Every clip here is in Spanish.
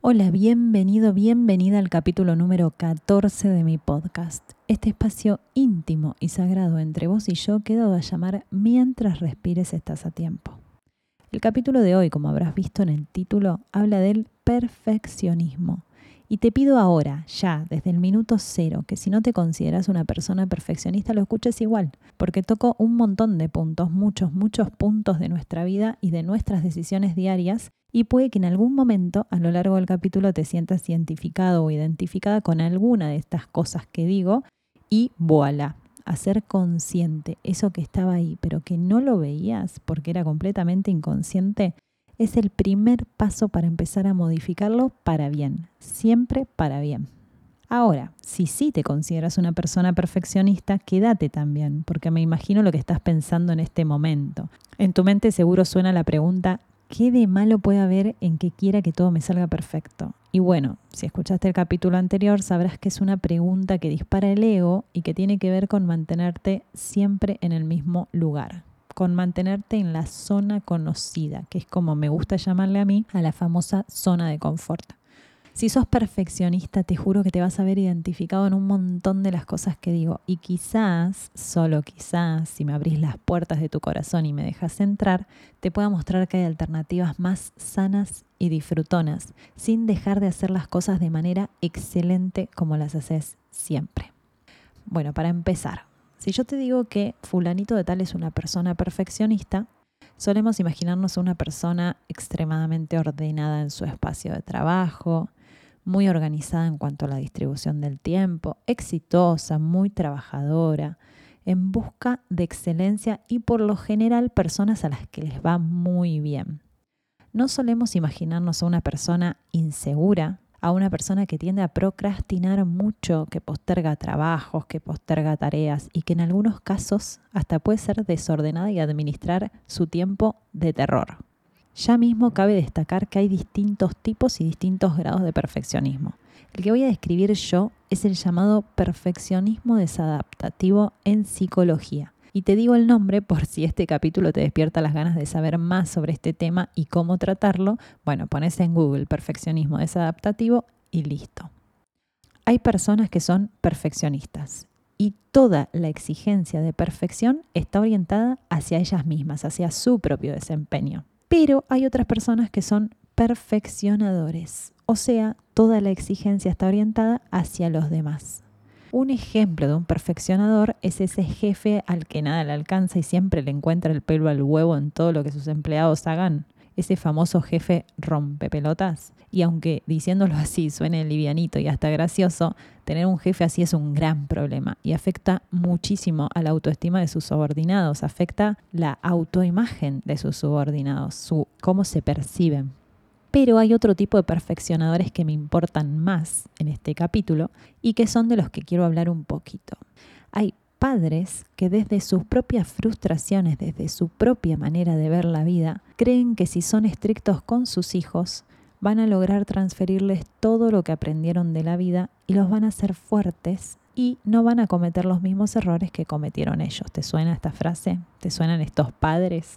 Hola, bienvenido, bienvenida al capítulo número 14 de mi podcast. Este espacio íntimo y sagrado entre vos y yo que he dado a llamar Mientras respires estás a tiempo. El capítulo de hoy, como habrás visto en el título, habla del perfeccionismo. Y te pido ahora, ya, desde el minuto cero, que si no te consideras una persona perfeccionista lo escuches igual, porque toco un montón de puntos, muchos puntos de nuestra vida y de nuestras decisiones diarias, y puede que en algún momento a lo largo del capítulo te sientas identificado o identificada con alguna de estas cosas que digo y voilà, hacer consciente eso que estaba ahí, pero que no lo veías porque era completamente inconsciente, es el primer paso para empezar a modificarlo para bien, siempre para bien. Ahora, si sí te consideras una persona perfeccionista, quédate también, porque me imagino lo que estás pensando en este momento. En tu mente seguro suena la pregunta, ¿qué de malo puede haber en que quiera que todo me salga perfecto? Y bueno, si escuchaste el capítulo anterior, sabrás que es una pregunta que dispara el ego y que tiene que ver con mantenerte siempre en el mismo lugar, con mantenerte en la zona conocida, que es como me gusta llamarle a mí, a la famosa zona de confort. Si sos perfeccionista, te juro que te vas a ver identificado en un montón de las cosas que digo. Y quizás, solo quizás, si me abrís las puertas de tu corazón y me dejas entrar, te pueda mostrar que hay alternativas más sanas y disfrutonas, sin dejar de hacer las cosas de manera excelente como las haces siempre. Bueno, para empezar, si yo te digo que fulanito de tal es una persona perfeccionista, solemos imaginarnos a una persona extremadamente ordenada en su espacio de trabajo, muy organizada en cuanto a la distribución del tiempo, exitosa, muy trabajadora, en busca de excelencia y por lo general personas a las que les va muy bien. No solemos imaginarnos a una persona insegura, a una persona que tiende a procrastinar mucho, que posterga trabajos, que posterga tareas y que en algunos casos hasta puede ser desordenada y administrar su tiempo de terror. Ya mismo cabe destacar que hay distintos tipos y distintos grados de perfeccionismo. El que voy a describir yo es el llamado perfeccionismo desadaptativo en psicología. Y te digo el nombre por si este capítulo te despierta las ganas de saber más sobre este tema y cómo tratarlo. Bueno, pones en Google perfeccionismo desadaptativo y listo. Hay personas que son perfeccionistas y toda la exigencia de perfección está orientada hacia ellas mismas, hacia su propio desempeño. Pero hay otras personas que son perfeccionadores, o sea, toda la exigencia está orientada hacia los demás. Un ejemplo de un perfeccionador es ese jefe al que nada le alcanza y siempre le encuentra el pelo al huevo en todo lo que sus empleados hagan. Ese famoso jefe rompepelotas. Y aunque diciéndolo así suene livianito y hasta gracioso, tener un jefe así es un gran problema y afecta muchísimo a la autoestima de sus subordinados, afecta la autoimagen de sus subordinados, cómo se perciben. Pero hay otro tipo de perfeccionadores que me importan más en este capítulo y que son de los que quiero hablar un poquito. Hay padres que desde sus propias frustraciones, desde su propia manera de ver la vida, creen que si son estrictos con sus hijos, van a lograr transferirles todo lo que aprendieron de la vida y los van a hacer fuertes y no van a cometer los mismos errores que cometieron ellos. ¿Te suena esta frase? ¿Te suenan estos padres?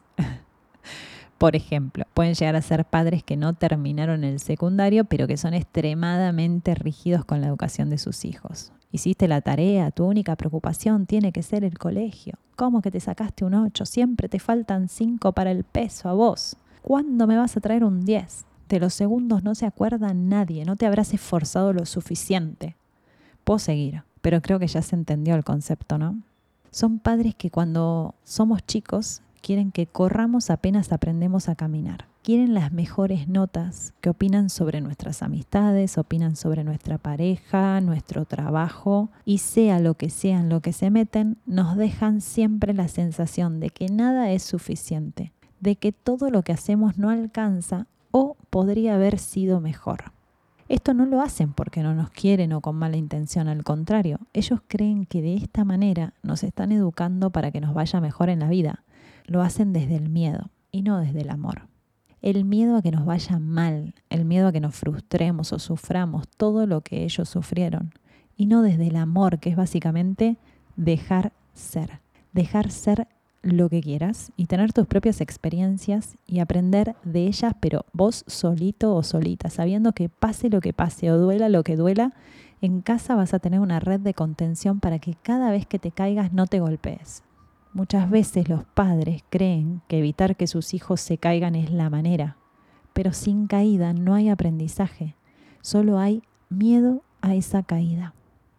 Por ejemplo, pueden llegar a ser padres que no terminaron el secundario, pero que son extremadamente rígidos con la educación de sus hijos. Hiciste la tarea, tu única preocupación tiene que ser el colegio. ¿Cómo que te sacaste un 8? Siempre te faltan 5 para el peso a vos. ¿Cuándo me vas a traer un 10? De los segundos no se acuerda nadie, no te habrás esforzado lo suficiente. Puedo seguir, pero creo que ya se entendió el concepto, ¿no? Son padres que cuando somos chicos quieren que corramos apenas aprendemos a caminar. Quieren las mejores notas, que opinan sobre nuestras amistades, opinan sobre nuestra pareja, nuestro trabajo, y sea lo que sea en lo que se meten, nos dejan siempre la sensación de que nada es suficiente, de que todo lo que hacemos no alcanza o podría haber sido mejor. Esto no lo hacen porque no nos quieren o con mala intención, al contrario, ellos creen que de esta manera nos están educando para que nos vaya mejor en la vida. Lo hacen desde el miedo y no desde el amor. El miedo a que nos vaya mal, el miedo a que nos frustremos o suframos todo lo que ellos sufrieron. Y no desde el amor, que es básicamente dejar ser lo que quieras y tener tus propias experiencias y aprender de ellas, pero vos solito o solita, sabiendo que pase lo que pase o duela lo que duela, en casa vas a tener una red de contención para que cada vez que te caigas no te golpees. Muchas veces los padres creen que evitar que sus hijos se caigan es la manera, pero sin caída no hay aprendizaje, solo hay miedo a esa caída.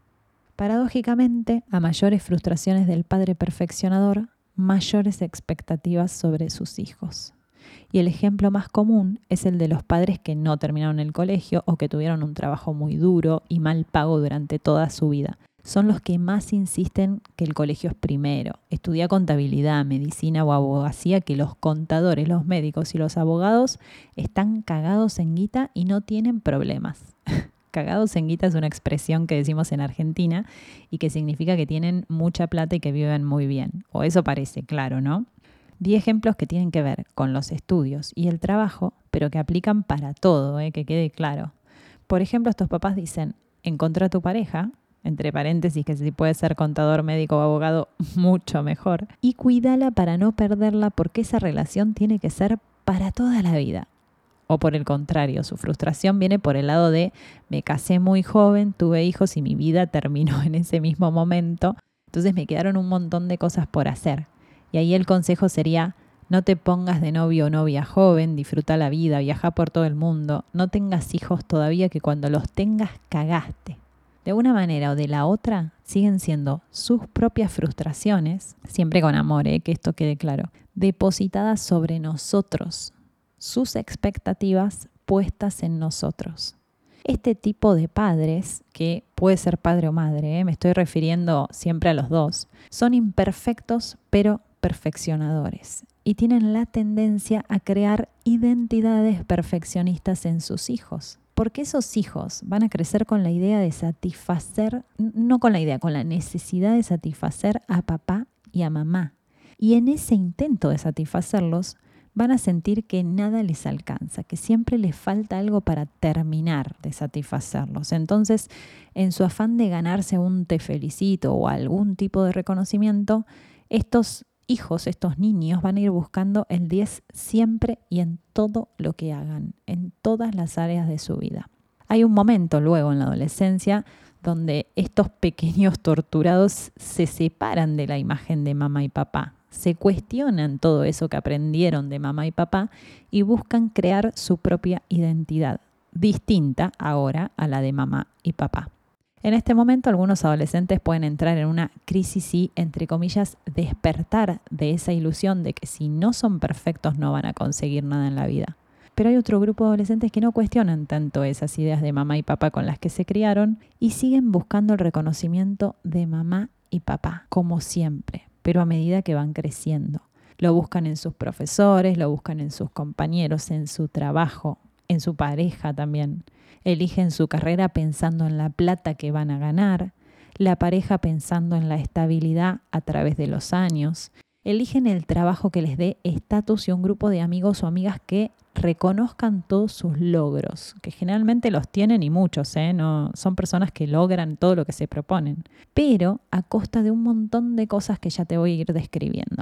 Paradójicamente, a mayores frustraciones del padre perfeccionador, mayores expectativas sobre sus hijos. Y el ejemplo más común es el de los padres que no terminaron el colegio o que tuvieron un trabajo muy duro y mal pago durante toda su vida. Son los que más insisten que el colegio es primero. Estudia contabilidad, medicina o abogacía, que los contadores, los médicos y los abogados están cagados en guita y no tienen problemas. Cagados en guita es una expresión que decimos en Argentina y que significa que tienen mucha plata y que viven muy bien. O eso parece, claro, ¿no? 10 ejemplos que tienen que ver con los estudios y el trabajo, pero que aplican para todo, que quede claro. Por ejemplo, estos papás dicen, encontrá a tu pareja, entre paréntesis que si puede ser contador, médico o abogado, mucho mejor, y cuídala para no perderla porque esa relación tiene que ser para toda la vida. O por el contrario, su frustración viene por el lado de me casé muy joven, tuve hijos y mi vida terminó en ese mismo momento, entonces me quedaron un montón de cosas por hacer. Y ahí el consejo sería, no te pongas de novio o novia joven, disfruta la vida, viaja por todo el mundo, no tengas hijos todavía que cuando los tengas cagaste. De una manera o de la otra, siguen siendo sus propias frustraciones, siempre con amor, que esto quede claro, depositadas sobre nosotros, sus expectativas puestas en nosotros. Este tipo de padres, que puede ser padre o madre, me estoy refiriendo siempre a los dos, son imperfectos pero perfeccionadores y tienen la tendencia a crear identidades perfeccionistas en sus hijos. Porque esos hijos van a crecer con la idea de satisfacer, no con la idea, con la necesidad de satisfacer a papá y a mamá. Y en ese intento de satisfacerlos, van a sentir que nada les alcanza, que siempre les falta algo para terminar de satisfacerlos. Entonces, en su afán de ganarse un te felicito o algún tipo de reconocimiento, estos hijos, estos niños van a ir buscando el 10 siempre y en todo lo que hagan, en todas las áreas de su vida. Hay un momento luego en la adolescencia donde estos pequeños torturados se separan de la imagen de mamá y papá. Se cuestionan todo eso que aprendieron de mamá y papá y buscan crear su propia identidad, distinta ahora a la de mamá y papá. En este momento algunos adolescentes pueden entrar en una crisis y, entre comillas, despertar de esa ilusión de que si no son perfectos no van a conseguir nada en la vida. Pero hay otro grupo de adolescentes que no cuestionan tanto esas ideas de mamá y papá con las que se criaron y siguen buscando el reconocimiento de mamá y papá, como siempre, pero a medida que van creciendo. Lo buscan en sus profesores, lo buscan en sus compañeros, en su trabajo, en su pareja también. Eligen su carrera pensando en la plata que van a ganar, la pareja pensando en la estabilidad a través de los años. Eligen el trabajo que les dé estatus y un grupo de amigos o amigas que reconozcan todos sus logros, que generalmente los tienen y muchos, no son personas que logran todo lo que se proponen, pero a costa de un montón de cosas que ya te voy a ir describiendo.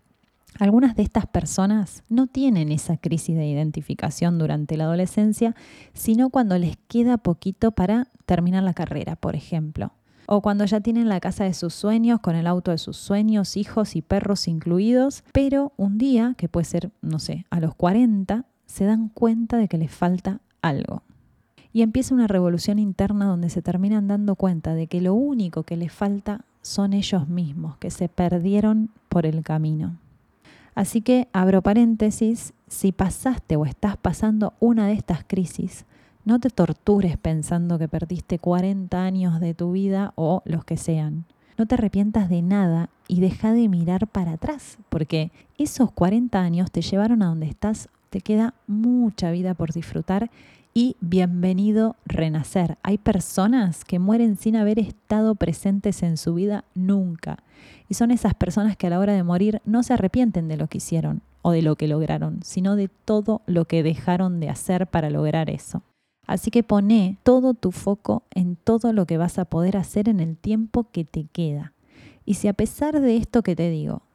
Algunas de estas personas no tienen esa crisis de identificación durante la adolescencia, sino cuando les queda poquito para terminar la carrera, por ejemplo. O cuando ya tienen la casa de sus sueños, con el auto de sus sueños, hijos y perros incluidos, pero un día, que puede ser, a los 40, se dan cuenta de que les falta algo. Y empieza una revolución interna donde se terminan dando cuenta de que lo único que les falta son ellos mismos, que se perdieron por el camino. Así que, abro paréntesis, si pasaste o estás pasando una de estas crisis, no te tortures pensando que perdiste 40 años de tu vida o los que sean. No te arrepientas de nada y deja de mirar para atrás, porque esos 40 años te llevaron a donde estás, te queda mucha vida por disfrutar y bienvenido renacer. Hay personas que mueren sin haber estado presentes en su vida nunca. Y son esas personas que a la hora de morir no se arrepienten de lo que hicieron o de lo que lograron, sino de todo lo que dejaron de hacer para lograr eso. Así que poné todo tu foco en todo lo que vas a poder hacer en el tiempo que te queda. Y si a pesar de esto que te digo,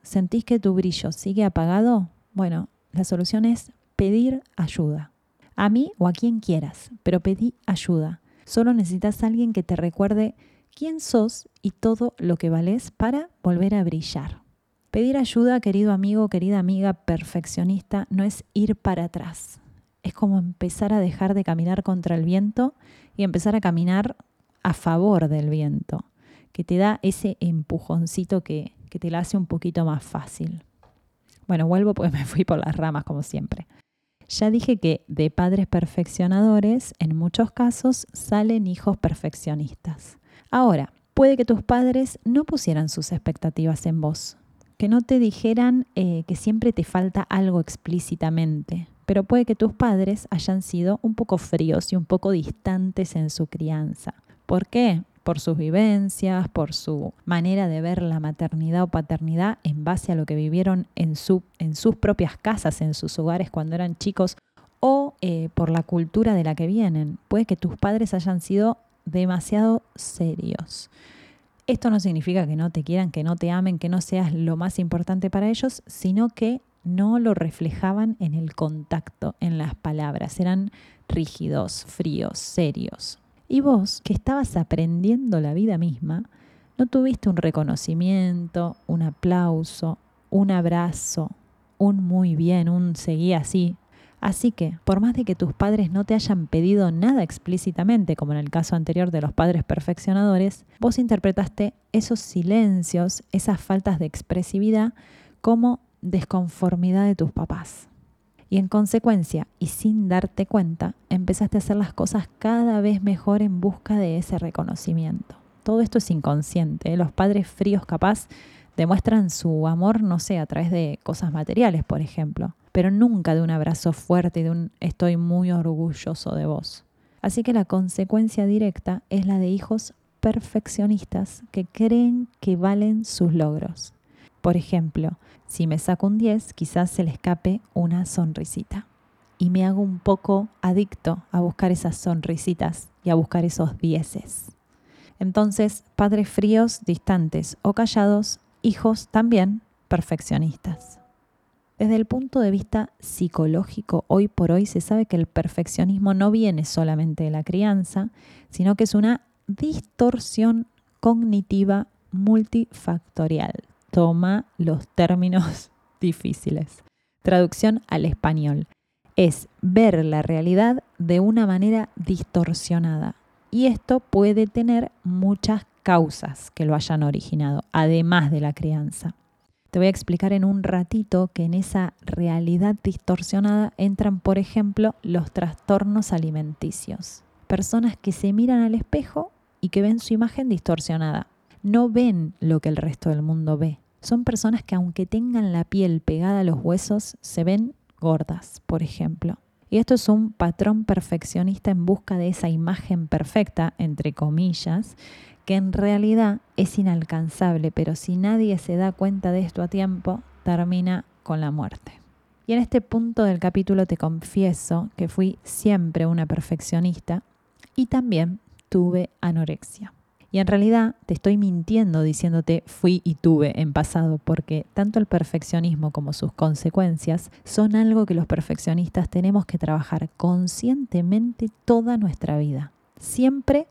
¿Sentís que tu brillo sigue apagado? Bueno, la solución es pedir ayuda. A mí o a quien quieras, pero pedí ayuda. Solo necesitas a alguien que te recuerde quién sos y todo lo que valés para volver a brillar. Pedir ayuda, querido amigo, querida amiga perfeccionista, no es ir para atrás. Es como empezar a dejar de caminar contra el viento y empezar a caminar a favor del viento, que te da ese empujoncito que te la hace un poquito más fácil. Bueno, vuelvo porque me fui por las ramas como siempre. Ya dije que de padres perfeccionadores, en muchos casos, salen hijos perfeccionistas. Ahora, puede que tus padres no pusieran sus expectativas en vos, que no te dijeran que siempre te falta algo explícitamente, pero puede que tus padres hayan sido un poco fríos y un poco distantes en su crianza. ¿Por qué? Por sus vivencias, por su manera de ver la maternidad o paternidad en base a lo que vivieron en sus propias casas, en sus hogares cuando eran chicos, o por la cultura de la que vienen. Puede que tus padres hayan sido demasiado serios. Esto no significa que no te quieran, que no te amen, que no seas lo más importante para ellos, sino que no lo reflejaban en el contacto, en las palabras. Eran rígidos, fríos, serios. Y vos, que estabas aprendiendo la vida misma, no tuviste un reconocimiento, un aplauso, un abrazo, un muy bien, un seguí así. Así que, por más de que tus padres no te hayan pedido nada explícitamente, como en el caso anterior de los padres perfeccionadores, vos interpretaste esos silencios, esas faltas de expresividad, como desconformidad de tus papás. Y en consecuencia, y sin darte cuenta, empezaste a hacer las cosas cada vez mejor en busca de ese reconocimiento. Todo esto es inconsciente, ¿eh? Los padres fríos capaz demuestran su amor, no sé, a través de cosas materiales, por ejemplo, pero nunca de un abrazo fuerte y de un estoy muy orgulloso de vos. Así que la consecuencia directa es la de hijos perfeccionistas que creen que valen sus logros. Por ejemplo, si me saco un 10, quizás se le escape una sonrisita. Y me hago un poco adicto a buscar esas sonrisitas y a buscar esos 10. Entonces, padres fríos, distantes o callados, hijos también perfeccionistas. Desde el punto de vista psicológico, hoy por hoy se sabe que el perfeccionismo no viene solamente de la crianza, sino que es una distorsión cognitiva multifactorial. Toma los términos difíciles. Traducción al español. Es ver la realidad de una manera distorsionada. Y esto puede tener muchas causas que lo hayan originado, además de la crianza. Te voy a explicar en un ratito que en esa realidad distorsionada entran, por ejemplo, los trastornos alimenticios. Personas que se miran al espejo y que ven su imagen distorsionada. No ven lo que el resto del mundo ve. Son personas que aunque tengan la piel pegada a los huesos, se ven gordas, por ejemplo. Y esto es un patrón perfeccionista en busca de esa imagen perfecta, entre comillas, que en realidad es inalcanzable, pero si nadie se da cuenta de esto a tiempo, termina con la muerte. Y en este punto del capítulo te confieso que fui siempre una perfeccionista y también tuve anorexia. Y en realidad te estoy mintiendo diciéndote fui y tuve en pasado, porque tanto el perfeccionismo como sus consecuencias son algo que los perfeccionistas tenemos que trabajar conscientemente toda nuestra vida. Siempre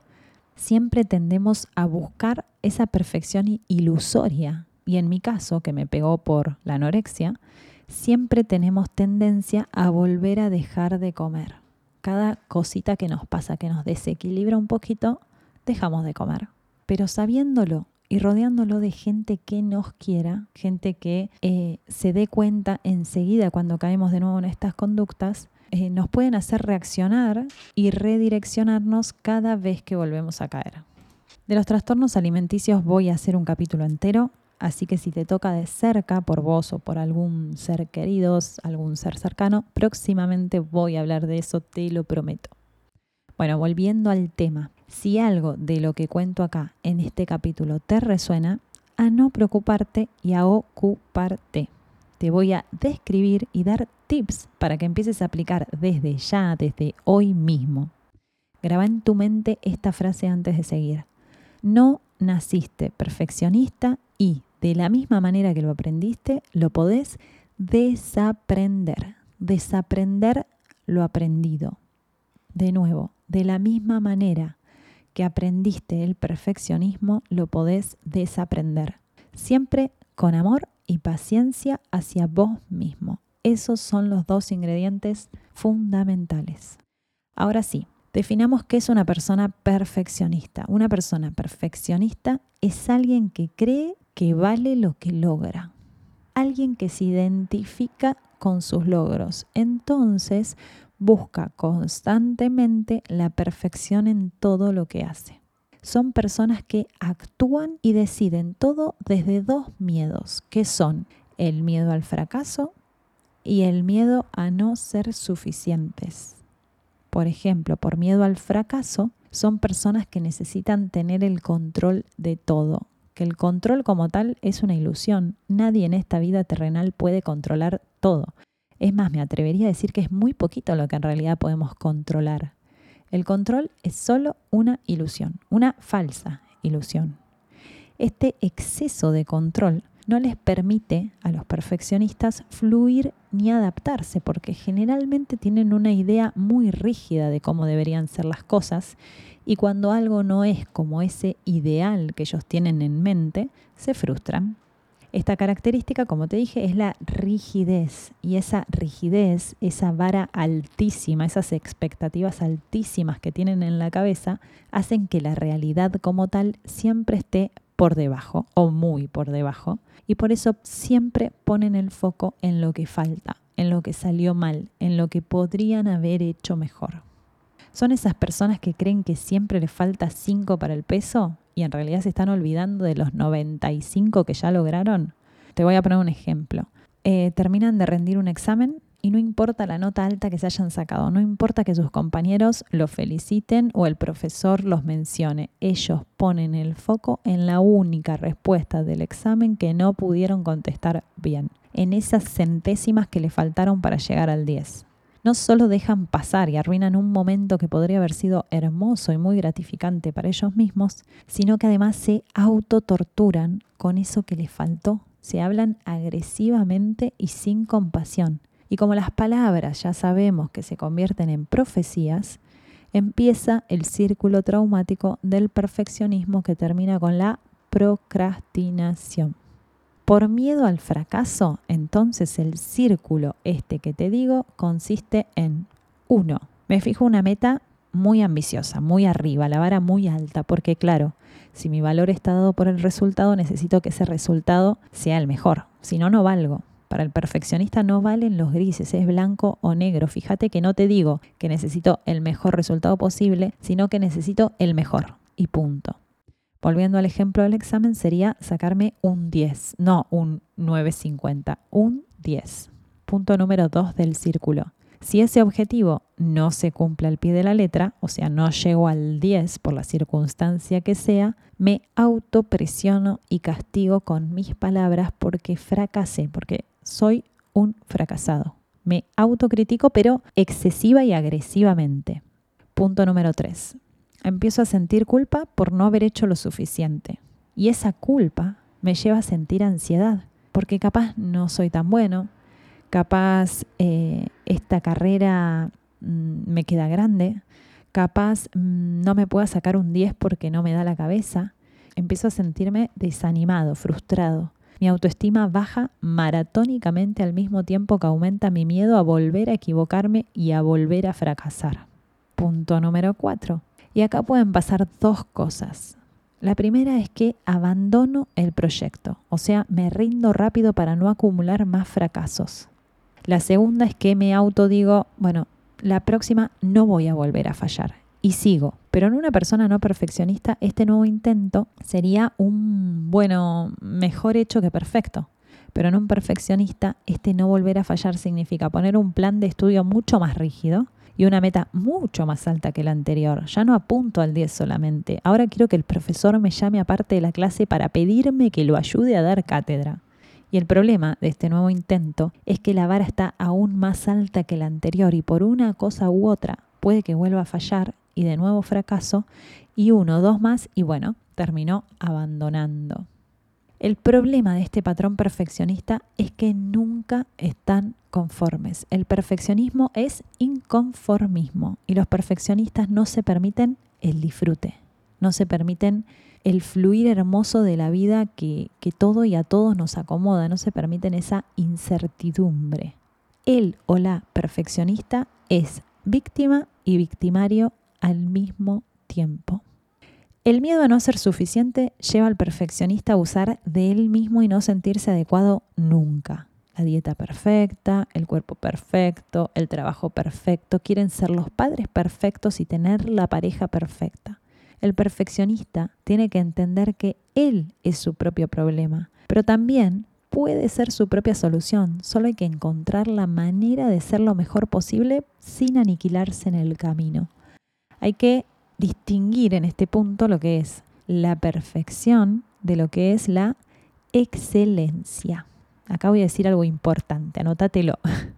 tendemos a buscar esa perfección ilusoria. Y en mi caso, que me pegó por la anorexia, siempre tenemos tendencia a volver a dejar de comer. Cada cosita que nos pasa, que nos desequilibra un poquito, dejamos de comer. Pero sabiéndolo y rodeándolo de gente que nos quiera, gente que se dé cuenta enseguida cuando caemos de nuevo en estas conductas, nos pueden hacer reaccionar y redireccionarnos cada vez que volvemos a caer. De los trastornos alimenticios voy a hacer un capítulo entero, así que si te toca de cerca por vos o por algún ser querido, algún ser cercano, próximamente voy a hablar de eso, te lo prometo. Bueno, volviendo al tema, si algo de lo que cuento acá en este capítulo te resuena, a no preocuparte y a ocuparte. Te voy a describir y dar tips para que empieces a aplicar desde ya, desde hoy mismo. Graba en tu mente esta frase antes de seguir. No naciste perfeccionista y de la misma manera que lo aprendiste, lo podés desaprender. Desaprender lo aprendido. De nuevo, de la misma manera que aprendiste el perfeccionismo, lo podés desaprender. Siempre con amor y paciencia hacia vos mismo. Esos son los dos ingredientes fundamentales. Ahora sí, definamos qué es una persona perfeccionista. Una persona perfeccionista es alguien que cree que vale lo que logra. Alguien que se identifica con sus logros. Entonces, busca constantemente la perfección en todo lo que hace. Son personas que actúan y deciden todo desde dos miedos, que son el miedo al fracaso y el miedo a no ser suficientes. Por ejemplo, por miedo al fracaso, son personas que necesitan tener el control de todo. Que el control como tal es una ilusión. Nadie en esta vida terrenal puede controlar todo. Es más, me atrevería a decir que es muy poquito lo que en realidad podemos controlar. El control es solo una ilusión, una falsa ilusión. Este exceso de control no les permite a los perfeccionistas fluir ni adaptarse, porque generalmente tienen una idea muy rígida de cómo deberían ser las cosas, y cuando algo no es como ese ideal que ellos tienen en mente, se frustran. Esta característica, como te dije, es la rigidez, y esa rigidez, esa vara altísima, esas expectativas altísimas que tienen en la cabeza, hacen que la realidad como tal siempre esté por debajo o muy por debajo, y por eso siempre ponen el foco en lo que falta, en lo que salió mal, en lo que podrían haber hecho mejor. ¿Son esas personas que creen que siempre les falta 5 para el peso y en realidad se están olvidando de los 95 que ya lograron? Te voy a poner un ejemplo. Terminan de rendir un examen y no importa la nota alta que se hayan sacado, no importa que sus compañeros los feliciten o el profesor los mencione. Ellos ponen el foco en la única respuesta del examen que no pudieron contestar bien, en esas centésimas que les faltaron para llegar al 10. No solo dejan pasar y arruinan un momento que podría haber sido hermoso y muy gratificante para ellos mismos, sino que además se autotorturan con eso que les faltó. Se hablan agresivamente y sin compasión. Y como las palabras ya sabemos que se convierten en profecías, empieza el círculo traumático del perfeccionismo que termina con la procrastinación. Por miedo al fracaso, entonces el círculo que te digo consiste en 1. Me fijo una meta muy ambiciosa, muy arriba, la vara muy alta, porque claro, si mi valor está dado por el resultado, necesito que ese resultado sea el mejor, si no, no valgo. Para el perfeccionista no valen los grises, es blanco o negro. Fíjate que no te digo que necesito el mejor resultado posible, sino que necesito el mejor y punto. Volviendo al ejemplo del examen, sería sacarme un 10, no un 9,50, un 10. Punto número 2 del círculo. Si ese objetivo no se cumple al pie de la letra, o sea, no llego al 10 por la circunstancia que sea, me autopresiono y castigo con mis palabras porque fracasé, porque soy un fracasado. Me autocritico, pero excesiva y agresivamente. Punto número 3. Empiezo a sentir culpa por no haber hecho lo suficiente. Y esa culpa me lleva a sentir ansiedad, porque capaz no soy tan bueno, capaz esta carrera me queda grande, capaz no me pueda sacar un 10 porque no me da la cabeza. Empiezo a sentirme desanimado, frustrado. Mi autoestima baja maratónicamente al mismo tiempo que aumenta mi miedo a volver a equivocarme y a volver a fracasar. Punto número 4. Y acá pueden pasar dos cosas. La primera es que abandono el proyecto, o sea, me rindo rápido para no acumular más fracasos. La segunda es que me autodigo, bueno, la próxima no voy a volver a fallar y sigo. Pero en una persona no perfeccionista, este nuevo intento sería mejor hecho que perfecto. Pero en un perfeccionista, no volver a fallar significa poner un plan de estudio mucho más rígido y una meta mucho más alta que la anterior. Ya no apunto al 10 solamente. Ahora quiero que el profesor me llame aparte de la clase para pedirme que lo ayude a dar cátedra. Y el problema de este nuevo intento es que la vara está aún más alta que la anterior y por una cosa u otra puede que vuelva a fallar y de nuevo fracaso y 1 o 2 más y bueno, terminó abandonando. El problema de este patrón perfeccionista es que nunca están conformes. El perfeccionismo es inconformismo y los perfeccionistas no se permiten el disfrute, no se permiten el fluir hermoso de la vida que todo y a todos nos acomoda, no se permiten esa incertidumbre. Él o la perfeccionista es víctima y victimario al mismo tiempo. El miedo a no ser suficiente lleva al perfeccionista a abusar de él mismo y no sentirse adecuado nunca. La dieta perfecta, el cuerpo perfecto, el trabajo perfecto, quieren ser los padres perfectos y tener la pareja perfecta. El perfeccionista tiene que entender que él es su propio problema, pero también puede ser su propia solución. Solo hay que encontrar la manera de ser lo mejor posible sin aniquilarse en el camino. Hay que distinguir en este punto lo que es la perfección de lo que es la excelencia. Acá voy a decir algo importante, anótatelo.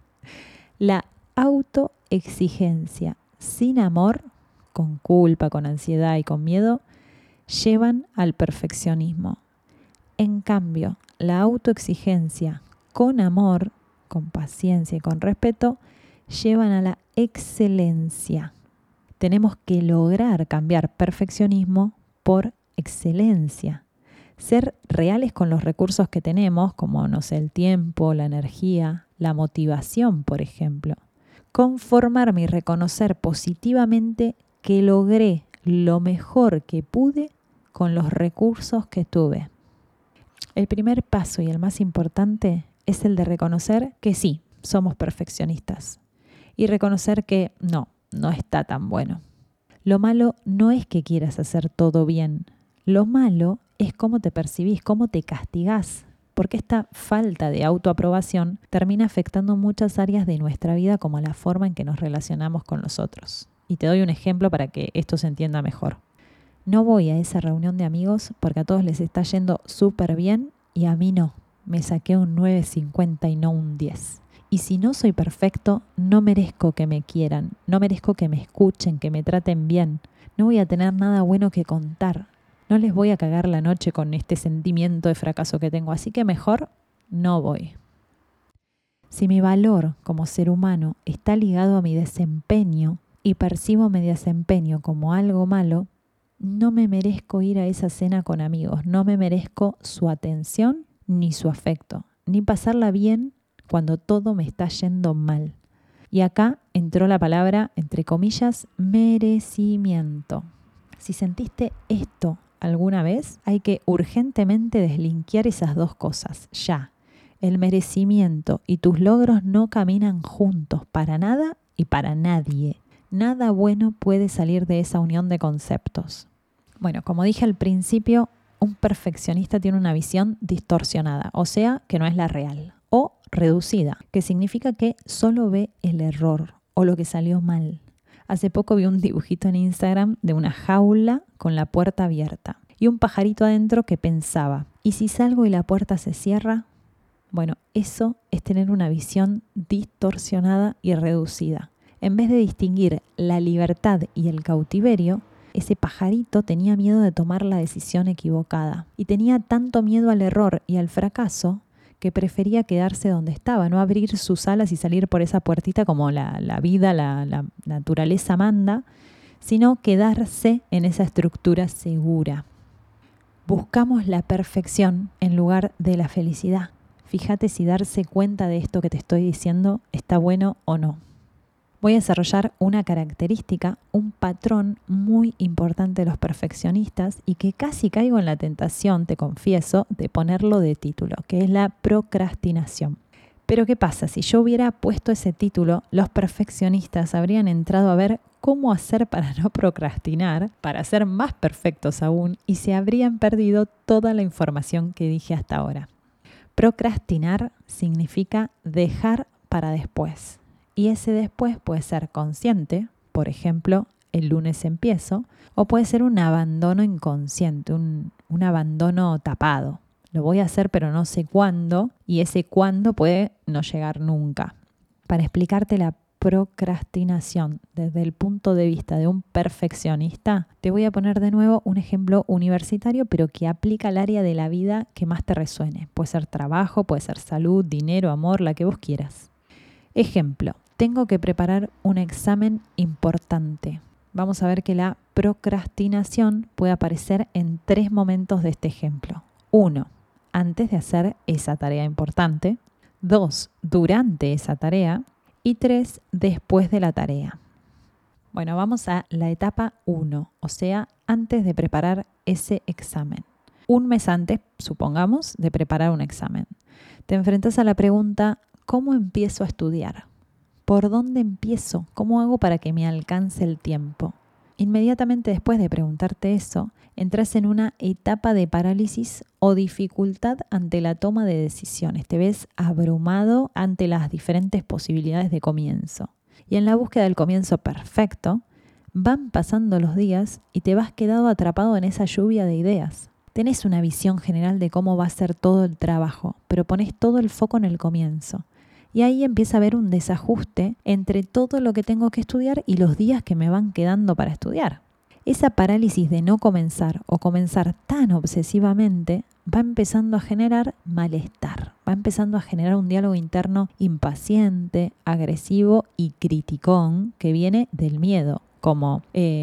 La autoexigencia sin amor, con culpa, con ansiedad y con miedo, llevan al perfeccionismo. En cambio, la autoexigencia con amor, con paciencia y con respeto, llevan a la excelencia. Tenemos que lograr cambiar perfeccionismo por excelencia. Ser reales con los recursos que tenemos, como, el tiempo, la energía, la motivación, por ejemplo. Conformarme y reconocer positivamente que logré lo mejor que pude con los recursos que tuve. El primer paso y el más importante es el de reconocer que sí, somos perfeccionistas. Y reconocer que no está tan bueno. Lo malo no es que quieras hacer todo bien. Lo malo es cómo te percibís, cómo te castigás. Porque esta falta de autoaprobación termina afectando muchas áreas de nuestra vida, como la forma en que nos relacionamos con los otros. Y te doy un ejemplo para que esto se entienda mejor. No voy a esa reunión de amigos porque a todos les está yendo súper bien y a mí no. Me saqué un 9.50 y no un 10. Y si no soy perfecto, no merezco que me quieran, no merezco que me escuchen, que me traten bien. No voy a tener nada bueno que contar. No les voy a cagar la noche con este sentimiento de fracaso que tengo, así que mejor no voy. Si mi valor como ser humano está ligado a mi desempeño y percibo mi desempeño como algo malo, no me merezco ir a esa cena con amigos, no me merezco su atención ni su afecto, ni pasarla bien cuando todo me está yendo mal. Y acá entró la palabra, entre comillas, merecimiento. Si sentiste esto alguna vez, hay que urgentemente deslinkear esas dos cosas, ya. El merecimiento y tus logros no caminan juntos para nada y para nadie. Nada bueno puede salir de esa unión de conceptos. Bueno, como dije al principio, un perfeccionista tiene una visión distorsionada, o sea, que no es la real. O reducida, que significa que solo ve el error o lo que salió mal. Hace poco vi un dibujito en Instagram de una jaula con la puerta abierta y un pajarito adentro que pensaba, ¿y si salgo y la puerta se cierra? Bueno, eso es tener una visión distorsionada y reducida. En vez de distinguir la libertad y el cautiverio, ese pajarito tenía miedo de tomar la decisión equivocada y tenía tanto miedo al error y al fracaso que prefería quedarse donde estaba, no abrir sus alas y salir por esa puertita como la vida, la naturaleza manda, sino quedarse en esa estructura segura. Buscamos la perfección en lugar de la felicidad. Fíjate si darse cuenta de esto que te estoy diciendo está bueno o no. Voy a desarrollar una característica, un patrón muy importante de los perfeccionistas y que casi caigo en la tentación, te confieso, de ponerlo de título, que es la procrastinación. Pero ¿qué pasa? Si yo hubiera puesto ese título, los perfeccionistas habrían entrado a ver cómo hacer para no procrastinar, para ser más perfectos aún, y se habrían perdido toda la información que dije hasta ahora. Procrastinar significa dejar para después. Y ese después puede ser consciente, por ejemplo, el lunes empiezo, o puede ser un abandono inconsciente, un abandono tapado. Lo voy a hacer pero no sé cuándo, y ese cuándo puede no llegar nunca. Para explicarte la procrastinación desde el punto de vista de un perfeccionista, te voy a poner de nuevo un ejemplo universitario, pero que aplica al área de la vida que más te resuene. Puede ser trabajo, puede ser salud, dinero, amor, la que vos quieras. Ejemplo, tengo que preparar un examen importante. Vamos a ver que la procrastinación puede aparecer en 3 momentos de este ejemplo. 1, antes de hacer esa tarea importante. 2, durante esa tarea. Y 3, después de la tarea. Bueno, vamos a la etapa 1, o sea, antes de preparar ese examen. Un mes antes, supongamos, de preparar un examen. Te enfrentas a la pregunta, ¿cómo empiezo a estudiar? ¿Por dónde empiezo? ¿Cómo hago para que me alcance el tiempo? Inmediatamente después de preguntarte eso, entras en una etapa de parálisis o dificultad ante la toma de decisiones. Te ves abrumado ante las diferentes posibilidades de comienzo. Y en la búsqueda del comienzo perfecto, van pasando los días y te vas quedando atrapado en esa lluvia de ideas. Tenés una visión general de cómo va a ser todo el trabajo, pero pones todo el foco en el comienzo. Y ahí empieza a haber un desajuste entre todo lo que tengo que estudiar y los días que me van quedando para estudiar. Esa parálisis de no comenzar o comenzar tan obsesivamente va empezando a generar malestar, va empezando a generar un diálogo interno impaciente, agresivo y criticón que viene del miedo. Como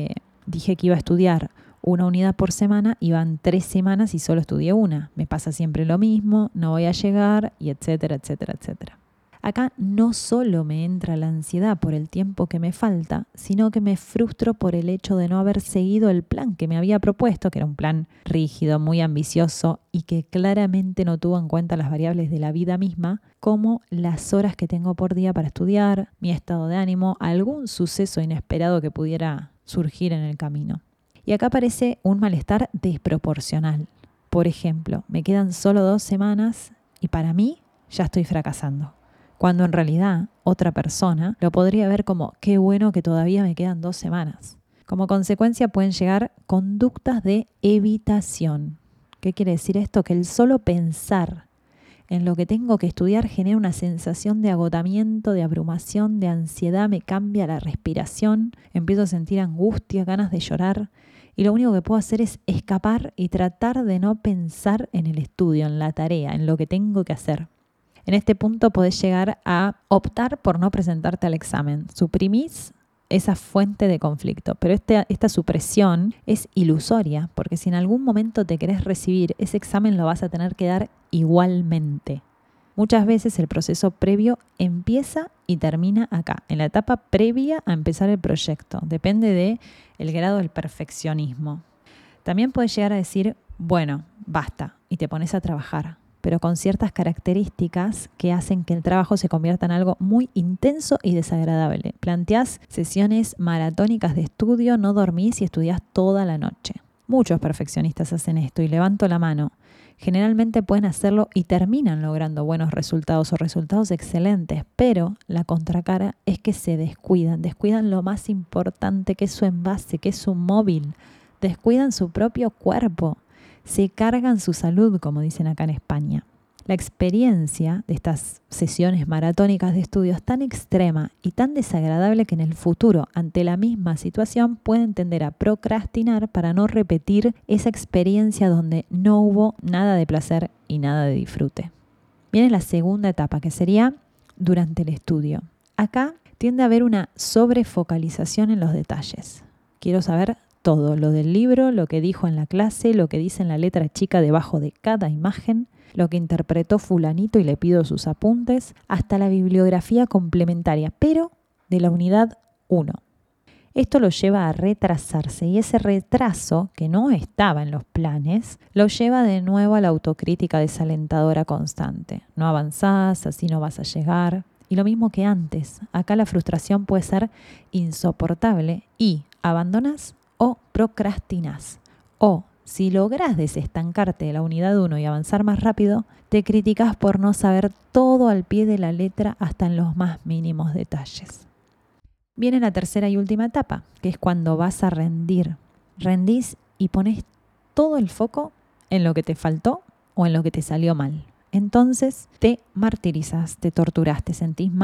dije que iba a estudiar una unidad por semana y van 3 semanas y solo estudié una. Me pasa siempre lo mismo, no voy a llegar y etcétera, etcétera, etcétera. Acá no solo me entra la ansiedad por el tiempo que me falta, sino que me frustro por el hecho de no haber seguido el plan que me había propuesto, que era un plan rígido, muy ambicioso y que claramente no tuvo en cuenta las variables de la vida misma, como las horas que tengo por día para estudiar, mi estado de ánimo, algún suceso inesperado que pudiera surgir en el camino. Y acá aparece un malestar desproporcional. Por ejemplo, me quedan solo 2 semanas y para mí ya estoy fracasando. Cuando en realidad otra persona lo podría ver como qué bueno que todavía me quedan 2 semanas. Como consecuencia pueden llegar conductas de evitación. ¿Qué quiere decir esto? Que el solo pensar en lo que tengo que estudiar genera una sensación de agotamiento, de abrumación, de ansiedad, me cambia la respiración, empiezo a sentir angustia, ganas de llorar y lo único que puedo hacer es escapar y tratar de no pensar en el estudio, en la tarea, en lo que tengo que hacer. En este punto podés llegar a optar por no presentarte al examen. Suprimís esa fuente de conflicto, pero esta supresión es ilusoria, porque si en algún momento te querés recibir, ese examen lo vas a tener que dar igualmente. Muchas veces el proceso previo empieza y termina acá, en la etapa previa a empezar el proyecto. Depende del grado del perfeccionismo. También puedes llegar a decir, bueno, basta, y te pones a trabajar, pero con ciertas características que hacen que el trabajo se convierta en algo muy intenso y desagradable. Planteás sesiones maratónicas de estudio, no dormís y estudiás toda la noche. Muchos perfeccionistas hacen esto y levanto la mano. Generalmente pueden hacerlo y terminan logrando buenos resultados o resultados excelentes, pero la contracara es que se descuidan lo más importante que es su envase, que es su móvil, descuidan su propio cuerpo. Se cargan su salud, como dicen acá en España. La experiencia de estas sesiones maratónicas de estudio es tan extrema y tan desagradable que en el futuro, ante la misma situación, pueden tender a procrastinar para no repetir esa experiencia donde no hubo nada de placer y nada de disfrute. Viene la segunda etapa, que sería durante el estudio. Acá tiende a haber una sobrefocalización en los detalles. Quiero saber todo, lo del libro, lo que dijo en la clase, lo que dice en la letra chica debajo de cada imagen, lo que interpretó fulanito y le pido sus apuntes, hasta la bibliografía complementaria, pero de la unidad 1. Esto lo lleva a retrasarse y ese retraso, que no estaba en los planes, lo lleva de nuevo a la autocrítica desalentadora constante. No avanzás, así no vas a llegar. Y lo mismo que antes, acá la frustración puede ser insoportable y abandonás o procrastinás. O, si lográs desestancarte de la unidad 1 y avanzar más rápido, te criticás por no saber todo al pie de la letra hasta en los más mínimos detalles. Viene la tercera y última etapa, que es cuando vas a rendir. Rendís y pones todo el foco en lo que te faltó o en lo que te salió mal. Entonces te martirizas, te torturás, te sentís mal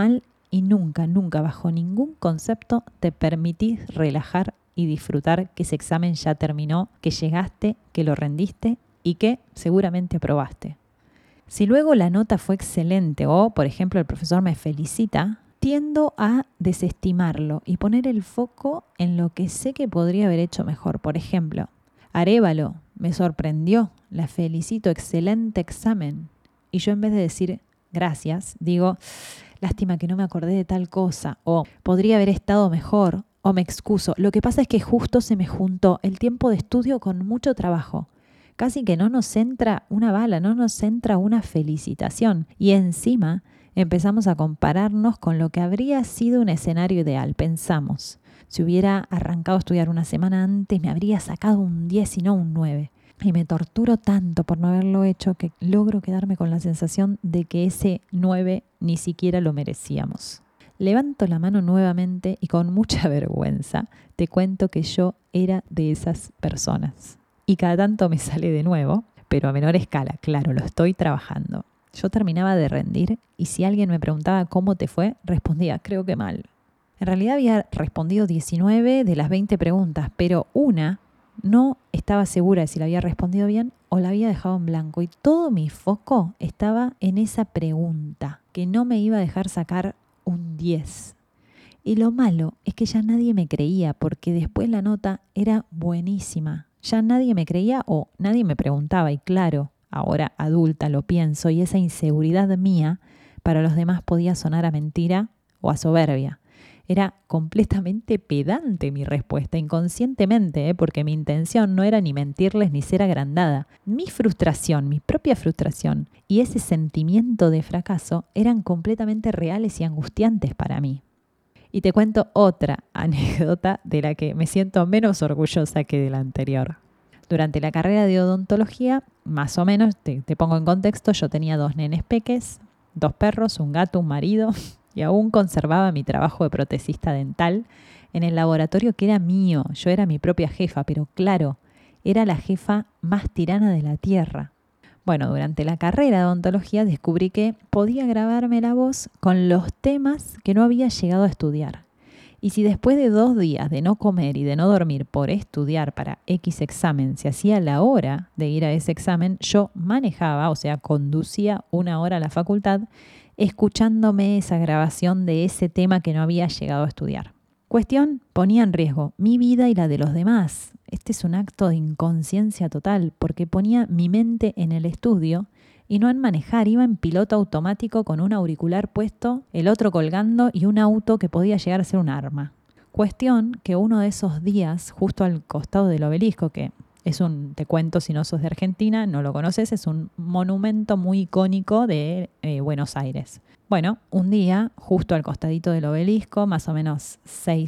y nunca, nunca bajo ningún concepto te permitís relajar y disfrutar que ese examen ya terminó, que llegaste, que lo rendiste y que seguramente aprobaste. Si luego la nota fue excelente o, por ejemplo, el profesor me felicita, tiendo a desestimarlo y poner el foco en lo que sé que podría haber hecho mejor. Por ejemplo, Arévalo me sorprendió, la felicito, excelente examen. Y yo en vez de decir gracias, digo, lástima que no me acordé de tal cosa, o podría haber estado mejor, o me excuso. Lo que pasa es que justo se me juntó el tiempo de estudio con mucho trabajo. Casi que no nos entra una bala, no nos entra una felicitación. Y encima empezamos a compararnos con lo que habría sido un escenario ideal. Pensamos, si hubiera arrancado a estudiar una semana antes, me habría sacado un 10 y no un 9. Y me torturo tanto por no haberlo hecho que logro quedarme con la sensación de que ese 9 ni siquiera lo merecíamos. Levanto la mano nuevamente y con mucha vergüenza te cuento que yo era de esas personas. Y cada tanto me sale de nuevo, pero a menor escala, claro, lo estoy trabajando. Yo terminaba de rendir y si alguien me preguntaba cómo te fue, respondía, creo que mal. En realidad había respondido 19 de las 20 preguntas, pero una no estaba segura de si la había respondido bien o la había dejado en blanco. Y todo mi foco estaba en esa pregunta, que no me iba a dejar sacar un 10. Y lo malo es que ya nadie me creía, porque después la nota era buenísima. Ya nadie me creía o nadie me preguntaba. Y claro, ahora adulta lo pienso y esa inseguridad mía para los demás podía sonar a mentira o a soberbia. Era completamente pedante mi respuesta, inconscientemente, porque mi intención no era ni mentirles ni ser agrandada. Mi frustración, mi propia frustración y ese sentimiento de fracaso eran completamente reales y angustiantes para mí. Y te cuento otra anécdota de la que me siento menos orgullosa que de la anterior. Durante la carrera de odontología, más o menos, te pongo en contexto, yo tenía 2 nenes peques, 2 perros, un gato, un marido, y aún conservaba mi trabajo de protesista dental en el laboratorio que era mío. Yo era mi propia jefa, pero claro, era la jefa más tirana de la tierra. Bueno, durante la carrera de odontología descubrí que podía grabarme la voz con los temas que no había llegado a estudiar. Y si después de 2 días de no comer y de no dormir por estudiar para X examen se hacía la hora de ir a ese examen, yo manejaba, o sea, conducía 1 hora a la facultad escuchándome esa grabación de ese tema que no había llegado a estudiar. Cuestión, ponía en riesgo mi vida y la de los demás. Este es un acto de inconsciencia total porque ponía mi mente en el estudio y no en manejar. Iba en piloto automático con un auricular puesto, el otro colgando y un auto que podía llegar a ser un arma. Cuestión que uno de esos días, justo al costado del obelisco, que es te cuento si no sos de Argentina, no lo conoces, es un monumento muy icónico de Buenos Aires. Bueno, un día, justo al costadito del obelisco, más o menos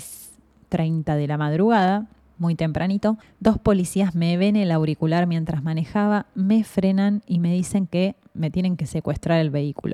6:30 de la madrugada, muy tempranito, 2 policías me ven el auricular mientras manejaba, me frenan y me dicen que me tienen que secuestrar el vehículo.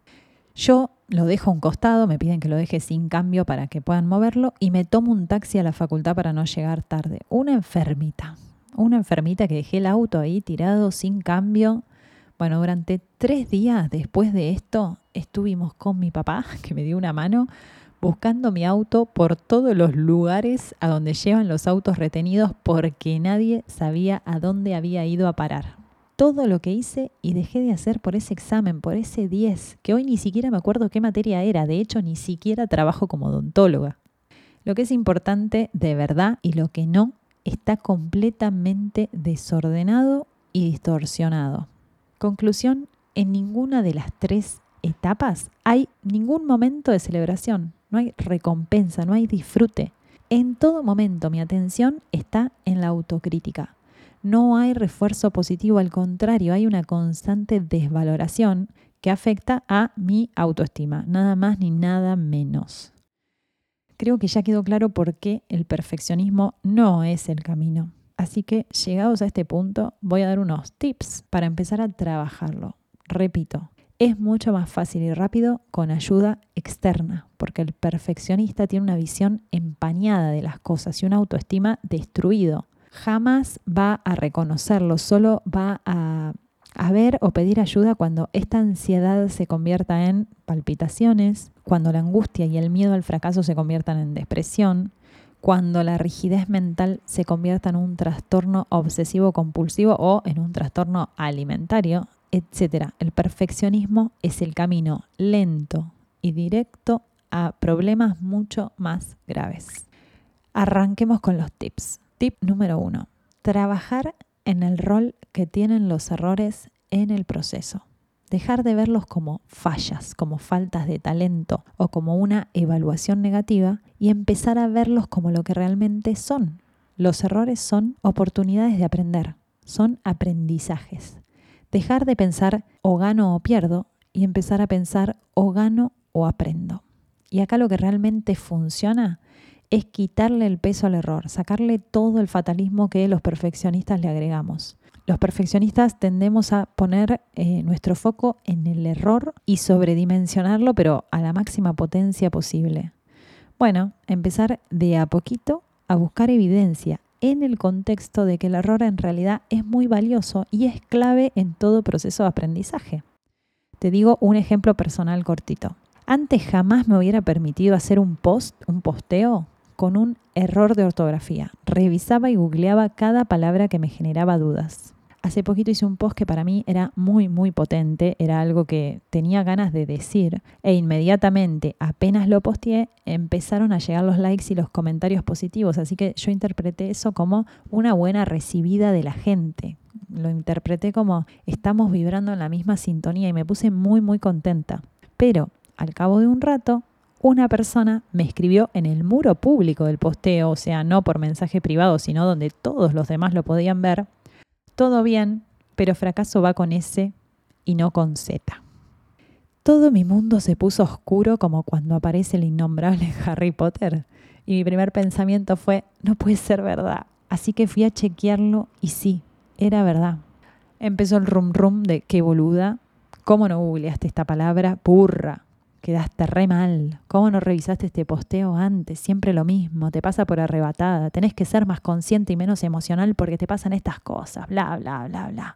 Yo lo dejo a un costado, me piden que lo deje sin cambio para que puedan moverlo y me tomo un taxi a la facultad para no llegar tarde. Una enfermita que dejé el auto ahí tirado sin cambio. Bueno, durante 3 días después de esto estuvimos con mi papá, que me dio una mano, buscando mi auto por todos los lugares a donde llevan los autos retenidos porque nadie sabía a dónde había ido a parar. Todo lo que hice y dejé de hacer por ese examen, por ese 10, que hoy ni siquiera me acuerdo qué materia era. De hecho, ni siquiera trabajo como odontóloga. Lo que es importante de verdad y lo que no está completamente desordenado y distorsionado. Conclusión, en ninguna de las 3 etapas hay ningún momento de celebración, no hay recompensa, no hay disfrute. En todo momento mi atención está en la autocrítica. No hay refuerzo positivo, al contrario, hay una constante desvaloración que afecta a mi autoestima, nada más ni nada menos. Creo que ya quedó claro por qué el perfeccionismo no es el camino. Así que, llegados a este punto, voy a dar unos tips para empezar a trabajarlo. Repito, es mucho más fácil y rápido con ayuda externa, porque el perfeccionista tiene una visión empañada de las cosas y una autoestima destruido. Jamás va a reconocerlo, solo va a ver o pedir ayuda cuando esta ansiedad se convierta en palpitaciones, cuando la angustia y el miedo al fracaso se conviertan en depresión, cuando la rigidez mental se convierta en un trastorno obsesivo-compulsivo o en un trastorno alimentario, etc. El perfeccionismo es el camino lento y directo a problemas mucho más graves. Arranquemos con los tips. Tip número 1. Trabajar en el rol que tienen los errores en el proceso. Dejar de verlos como fallas, como faltas de talento o como una evaluación negativa y empezar a verlos como lo que realmente son. Los errores son oportunidades de aprender, son aprendizajes. Dejar de pensar o gano o pierdo y empezar a pensar o gano o aprendo. Y acá lo que realmente funciona es quitarle el peso al error, sacarle todo el fatalismo que los perfeccionistas le agregamos. Los perfeccionistas tendemos a poner nuestro foco en el error y sobredimensionarlo, pero a la máxima potencia posible. Bueno, empezar de a poquito a buscar evidencia en el contexto de que el error en realidad es muy valioso y es clave en todo proceso de aprendizaje. Te digo un ejemplo personal cortito. Antes jamás me hubiera permitido hacer un posteo con un error de ortografía. Revisaba y googleaba cada palabra que me generaba dudas. Hace poquito hice un post que para mí era muy, muy potente, era algo que tenía ganas de decir e inmediatamente, apenas lo posteé, empezaron a llegar los likes y los comentarios positivos, así que yo interpreté eso como una buena recibida de la gente. Lo interpreté como estamos vibrando en la misma sintonía y me puse muy, muy contenta. Pero al cabo de un rato, una persona me escribió en el muro público del posteo, o sea, no por mensaje privado, sino donde todos los demás lo podían ver. Todo bien, pero fracaso va con S y no con Z. Todo mi mundo se puso oscuro como cuando aparece el innombrable Harry Potter. Y mi primer pensamiento fue, no puede ser verdad. Así que fui a chequearlo y sí, era verdad. Empezó el rum rum de qué boluda. ¿Cómo no googleaste esta palabra? Burra. Quedaste re mal. ¿Cómo no revisaste este posteo antes? Siempre lo mismo, te pasa por arrebatada. Tenés que ser más consciente y menos emocional porque te pasan estas cosas, bla, bla, bla, bla.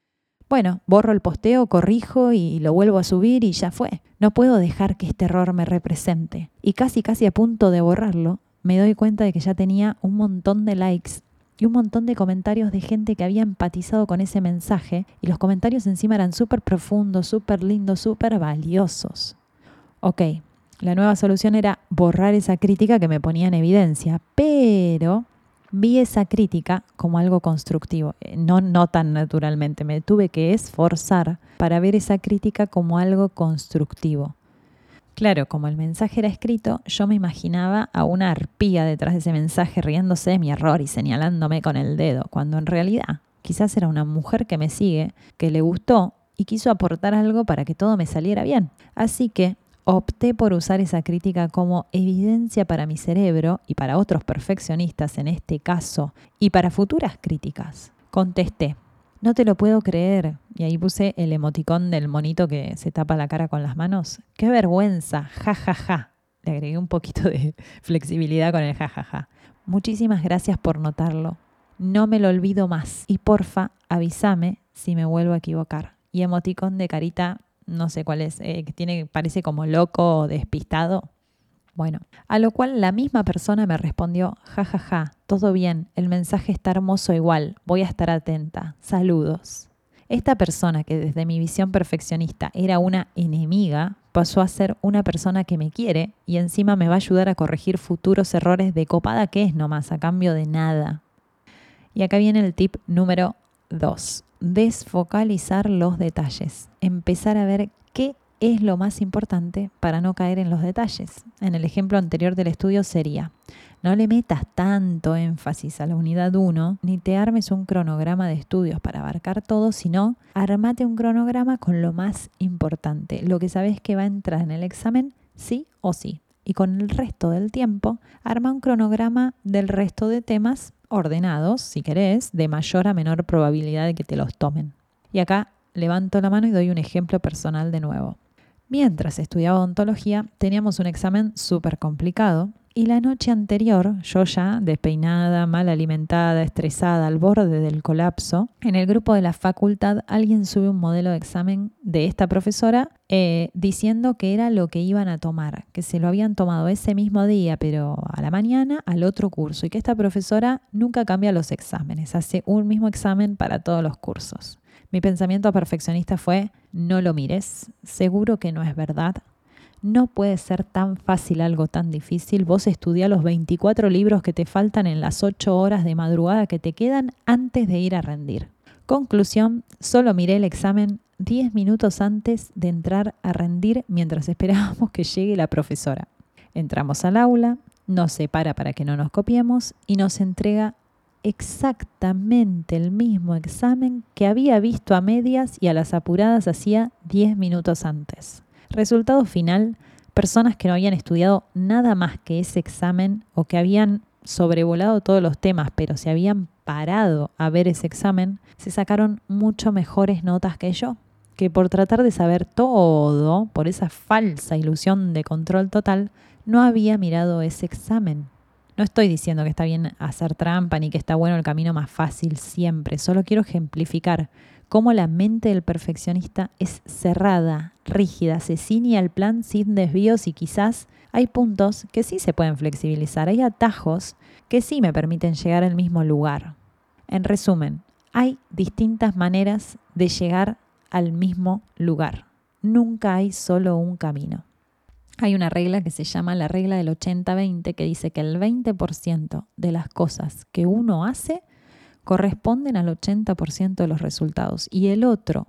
Bueno, borro el posteo, corrijo y lo vuelvo a subir y ya fue. No puedo dejar que este error me represente. Y casi a punto de borrarlo, me doy cuenta de que ya tenía un montón de likes y un montón de comentarios de gente que había empatizado con ese mensaje y los comentarios encima eran súper profundos, súper lindos, súper valiosos. Ok, la nueva solución era borrar esa crítica que me ponía en evidencia, pero vi esa crítica como algo constructivo, no tan naturalmente, me tuve que esforzar para ver esa crítica como algo constructivo. Claro, como el mensaje era escrito, yo me imaginaba a una arpía detrás de ese mensaje riéndose de mi error y señalándome con el dedo, cuando en realidad quizás era una mujer que me sigue, que le gustó y quiso aportar algo para que todo me saliera bien. Así que opté por usar esa crítica como evidencia para mi cerebro y para otros perfeccionistas en este caso y para futuras críticas. Contesté, no te lo puedo creer. Y ahí puse el emoticón del monito que se tapa la cara con las manos. ¡Qué vergüenza! ¡Ja, ja, ja! Le agregué un poquito de flexibilidad con el ja, ja, ja. Muchísimas gracias por notarlo. No me lo olvido más. Y porfa, avísame si me vuelvo a equivocar. Y emoticón de carita, no sé cuál es, que parece como loco o despistado. Bueno, a lo cual la misma persona me respondió, ja, ja, ja, todo bien, el mensaje está hermoso igual, voy a estar atenta, saludos. Esta persona que desde mi visión perfeccionista era una enemiga, pasó a ser una persona que me quiere y encima me va a ayudar a corregir futuros errores de copada que es nomás, a cambio de nada. Y acá viene el tip número 2. Desfocalizar los detalles. Empezar a ver qué es lo más importante para no caer en los detalles. En el ejemplo anterior del estudio sería, no le metas tanto énfasis a la unidad 1, ni te armes un cronograma de estudios para abarcar todo, sino armate un cronograma con lo más importante, lo que sabes que va a entrar en el examen sí o sí. Y con el resto del tiempo, arma un cronograma del resto de temas ordenados, si querés, de mayor a menor probabilidad de que te los tomen. Y acá levanto la mano y doy un ejemplo personal de nuevo. Mientras estudiaba odontología, teníamos un examen súper complicado Y la noche anterior, yo ya despeinada, mal alimentada, estresada, al borde del colapso, en el grupo de la facultad alguien sube un modelo de examen de esta profesora diciendo que era lo que iban a tomar, que se lo habían tomado ese mismo día, pero a la mañana, al otro curso, y que esta profesora nunca cambia los exámenes, hace un mismo examen para todos los cursos. Mi pensamiento perfeccionista fue: no lo mires, seguro que no es verdad. No puede ser tan fácil algo tan difícil. Vos estudiá los 24 libros que te faltan en las 8 horas de madrugada que te quedan antes de ir a rendir. Conclusión: solo miré el examen 10 minutos antes de entrar a rendir mientras esperábamos que llegue la profesora. Entramos al aula, nos separa para que no nos copiemos y nos entrega exactamente el mismo examen que había visto a medias y a las apuradas hacía 10 minutos antes. Resultado final: personas que no habían estudiado nada más que ese examen o que habían sobrevolado todos los temas, pero se habían parado a ver ese examen, se sacaron mucho mejores notas que yo, que por tratar de saber todo, por esa falsa ilusión de control total, no había mirado ese examen. No estoy diciendo que está bien hacer trampa ni que está bueno el camino más fácil siempre, solo quiero ejemplificar cómo la mente del perfeccionista es cerrada, rígida, se ciñe al plan sin desvíos y quizás hay puntos que sí se pueden flexibilizar, hay atajos que sí me permiten llegar al mismo lugar. En resumen, hay distintas maneras de llegar al mismo lugar. Nunca hay solo un camino. Hay una regla que se llama la regla del 80-20 que dice que el 20% de las cosas que uno hace corresponden al 80% de los resultados y el otro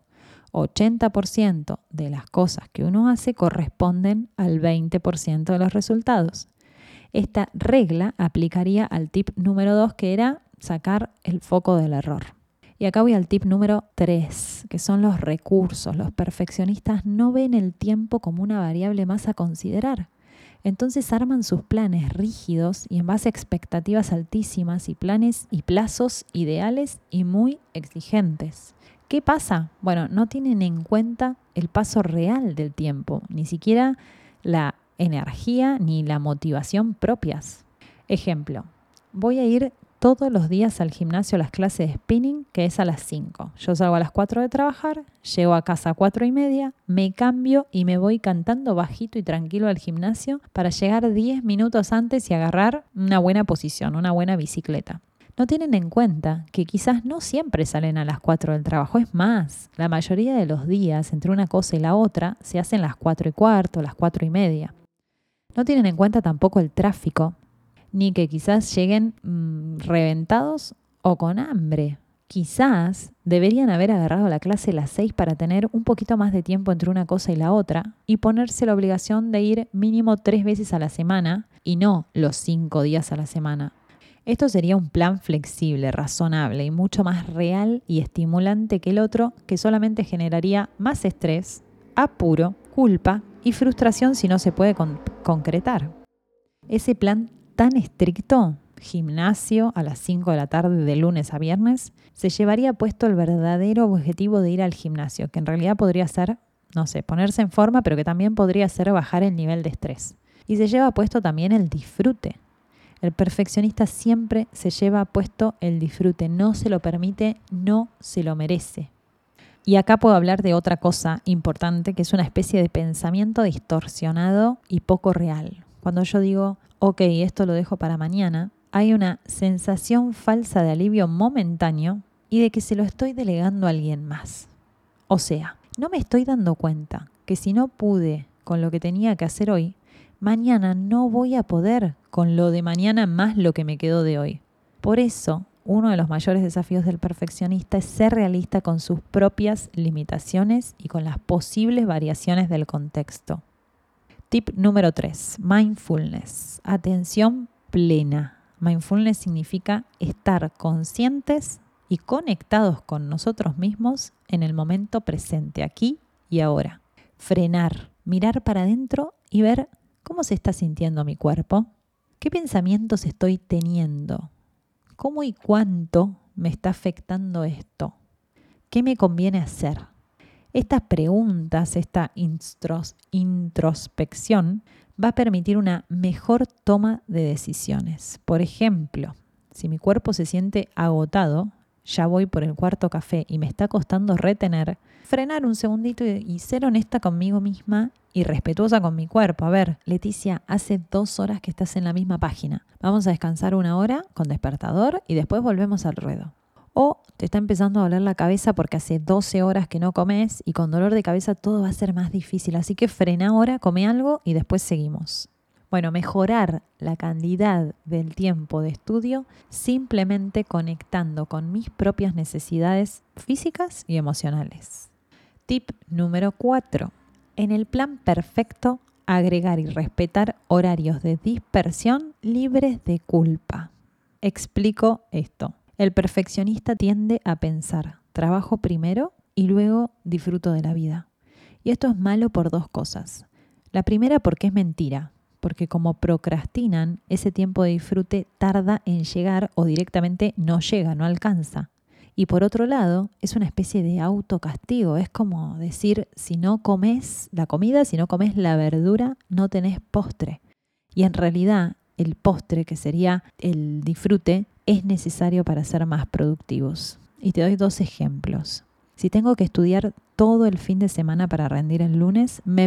80% de las cosas que uno hace corresponden al 20% de los resultados. Esta regla aplicaría al tip número 2, que era sacar el foco del error. Y acá voy al tip número 3, que son los recursos. Los perfeccionistas no ven el tiempo como una variable más a considerar. Entonces arman sus planes rígidos y en base a expectativas altísimas y planes y plazos ideales y muy exigentes. ¿Qué pasa? Bueno, no tienen en cuenta el paso real del tiempo, ni siquiera la energía ni la motivación propias. Ejemplo: voy a ir todos los días al gimnasio a las clases de spinning, que es a las 5. Yo salgo a las 4 de trabajar, llego a casa a 4:30, me cambio y me voy cantando bajito y tranquilo al gimnasio para llegar 10 minutos antes y agarrar una buena posición, una buena bicicleta. No tienen en cuenta que quizás no siempre salen a las 4 del trabajo. Es más, la mayoría de los días, entre una cosa y la otra, se hacen las 4:15, las 4:30. No tienen en cuenta tampoco el tráfico, ni que quizás lleguen reventados o con hambre. Quizás deberían haber agarrado la clase a las 6 para tener un poquito más de tiempo entre una cosa y la otra y ponerse la obligación de ir mínimo 3 veces a la semana y no los 5 días a la semana. Esto sería un plan flexible, razonable y mucho más real y estimulante que el otro, que solamente generaría más estrés, apuro, culpa y frustración si no se puede concretar. Ese plan tan estricto, gimnasio a las 5 de la tarde de lunes a viernes, se llevaría puesto el verdadero objetivo de ir al gimnasio, que en realidad podría ser, ponerse en forma, pero que también podría ser bajar el nivel de estrés. Y se lleva puesto también el disfrute. El perfeccionista siempre se lleva puesto el disfrute, no se lo permite, no se lo merece. Y acá puedo hablar de otra cosa importante, que es una especie de pensamiento distorsionado y poco real. Cuando yo digo, ok, esto lo dejo para mañana, hay una sensación falsa de alivio momentáneo y de que se lo estoy delegando a alguien más. O sea, no me estoy dando cuenta que si no pude con lo que tenía que hacer hoy, mañana no voy a poder con lo de mañana más lo que me quedó de hoy. Por eso, uno de los mayores desafíos del perfeccionista es ser realista con sus propias limitaciones y con las posibles variaciones del contexto. Tip número 3, mindfulness, atención plena. Mindfulness significa estar conscientes y conectados con nosotros mismos en el momento presente, aquí y ahora. Frenar, mirar para adentro y ver cómo se está sintiendo mi cuerpo, qué pensamientos estoy teniendo, cómo y cuánto me está afectando esto, qué me conviene hacer. Estas preguntas, esta introspección, va a permitir una mejor toma de decisiones. Por ejemplo, si mi cuerpo se siente agotado, ya voy por el cuarto café y me está costando retener, frenar un segundito y ser honesta conmigo misma y respetuosa con mi cuerpo. A ver, Leticia, hace 2 horas que estás en la misma página. Vamos a descansar 1 hora con despertador y después volvemos al ruedo. O te está empezando a doler la cabeza porque hace 12 horas que no comes y con dolor de cabeza todo va a ser más difícil. Así que frena ahora, come algo y después seguimos. Bueno, mejorar la calidad del tiempo de estudio simplemente conectando con mis propias necesidades físicas y emocionales. Tip número 4. En el plan perfecto, agregar y respetar horarios de dispersión libres de culpa. Explico esto. El perfeccionista tiende a pensar, trabajo primero y luego disfruto de la vida. Y esto es malo por 2 cosas. La primera porque es mentira, porque como procrastinan, ese tiempo de disfrute tarda en llegar o directamente no llega, no alcanza. Y por otro lado, es una especie de autocastigo. Es como decir, si no comes la comida, si no comes la verdura, no tenés postre. Y en realidad, el postre, que sería el disfrute, es necesario para ser más productivos. Y te doy 2 ejemplos. Si tengo que estudiar todo el fin de semana para rendir el lunes, me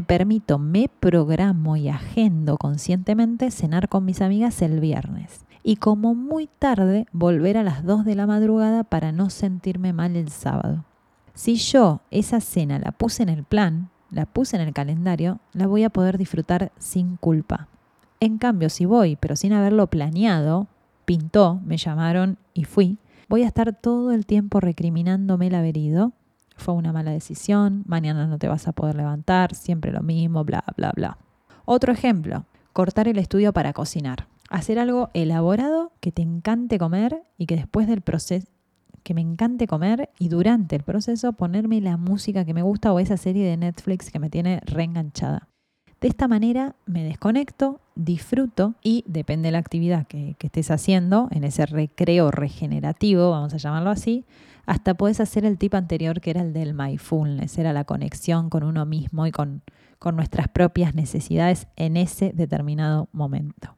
programo y agendo conscientemente cenar con mis amigas el viernes. Y como muy tarde, volver a las 2 de la madrugada para no sentirme mal el sábado. Si yo esa cena la puse en el plan, la puse en el calendario, la voy a poder disfrutar sin culpa. En cambio, si voy, pero sin haberlo planeado, pintó, me llamaron y fui, voy a estar todo el tiempo recriminándome el haber ido. Fue una mala decisión, mañana no te vas a poder levantar, siempre lo mismo, bla, bla, bla. Otro ejemplo, cortar el estudio para cocinar. Hacer algo elaborado que te encante comer y que después del proceso, que me encante comer y durante el proceso ponerme la música que me gusta o esa serie de Netflix que me tiene reenganchada. De esta manera me desconecto, disfruto y depende de la actividad que estés haciendo, en ese recreo regenerativo, vamos a llamarlo así, hasta podés hacer el tip anterior que era el del mindfulness, era la conexión con uno mismo y con nuestras propias necesidades en ese determinado momento.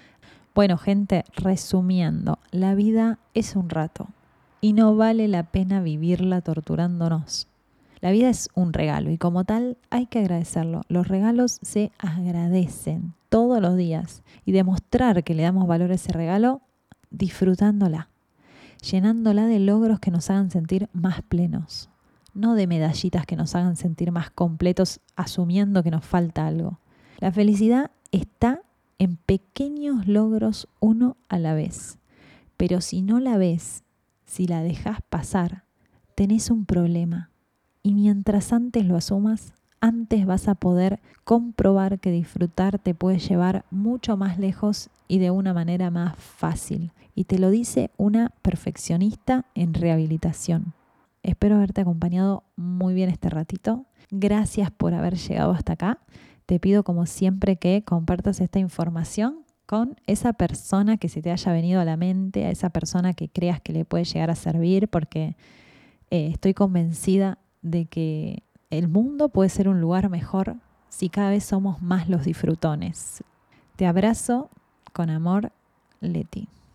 Bueno, gente, resumiendo, la vida es un rato y no vale la pena vivirla torturándonos. La vida es un regalo y como tal hay que agradecerlo. Los regalos se agradecen todos los días y demostrar que le damos valor a ese regalo disfrutándola, llenándola de logros que nos hagan sentir más plenos, no de medallitas que nos hagan sentir más completos asumiendo que nos falta algo. La felicidad está en pequeños logros uno a la vez, pero si no la ves, si la dejas pasar, tenés un problema. Y mientras antes lo asumas, antes vas a poder comprobar que disfrutar te puede llevar mucho más lejos y de una manera más fácil. Y te lo dice una perfeccionista en rehabilitación. Espero haberte acompañado muy bien este ratito. Gracias por haber llegado hasta acá. Te pido como siempre que compartas esta información con esa persona que se te haya venido a la mente, a esa persona que creas que le puede llegar a servir, porque estoy convencida de que el mundo puede ser un lugar mejor si cada vez somos más los disfrutones. Te abrazo con amor, Leti.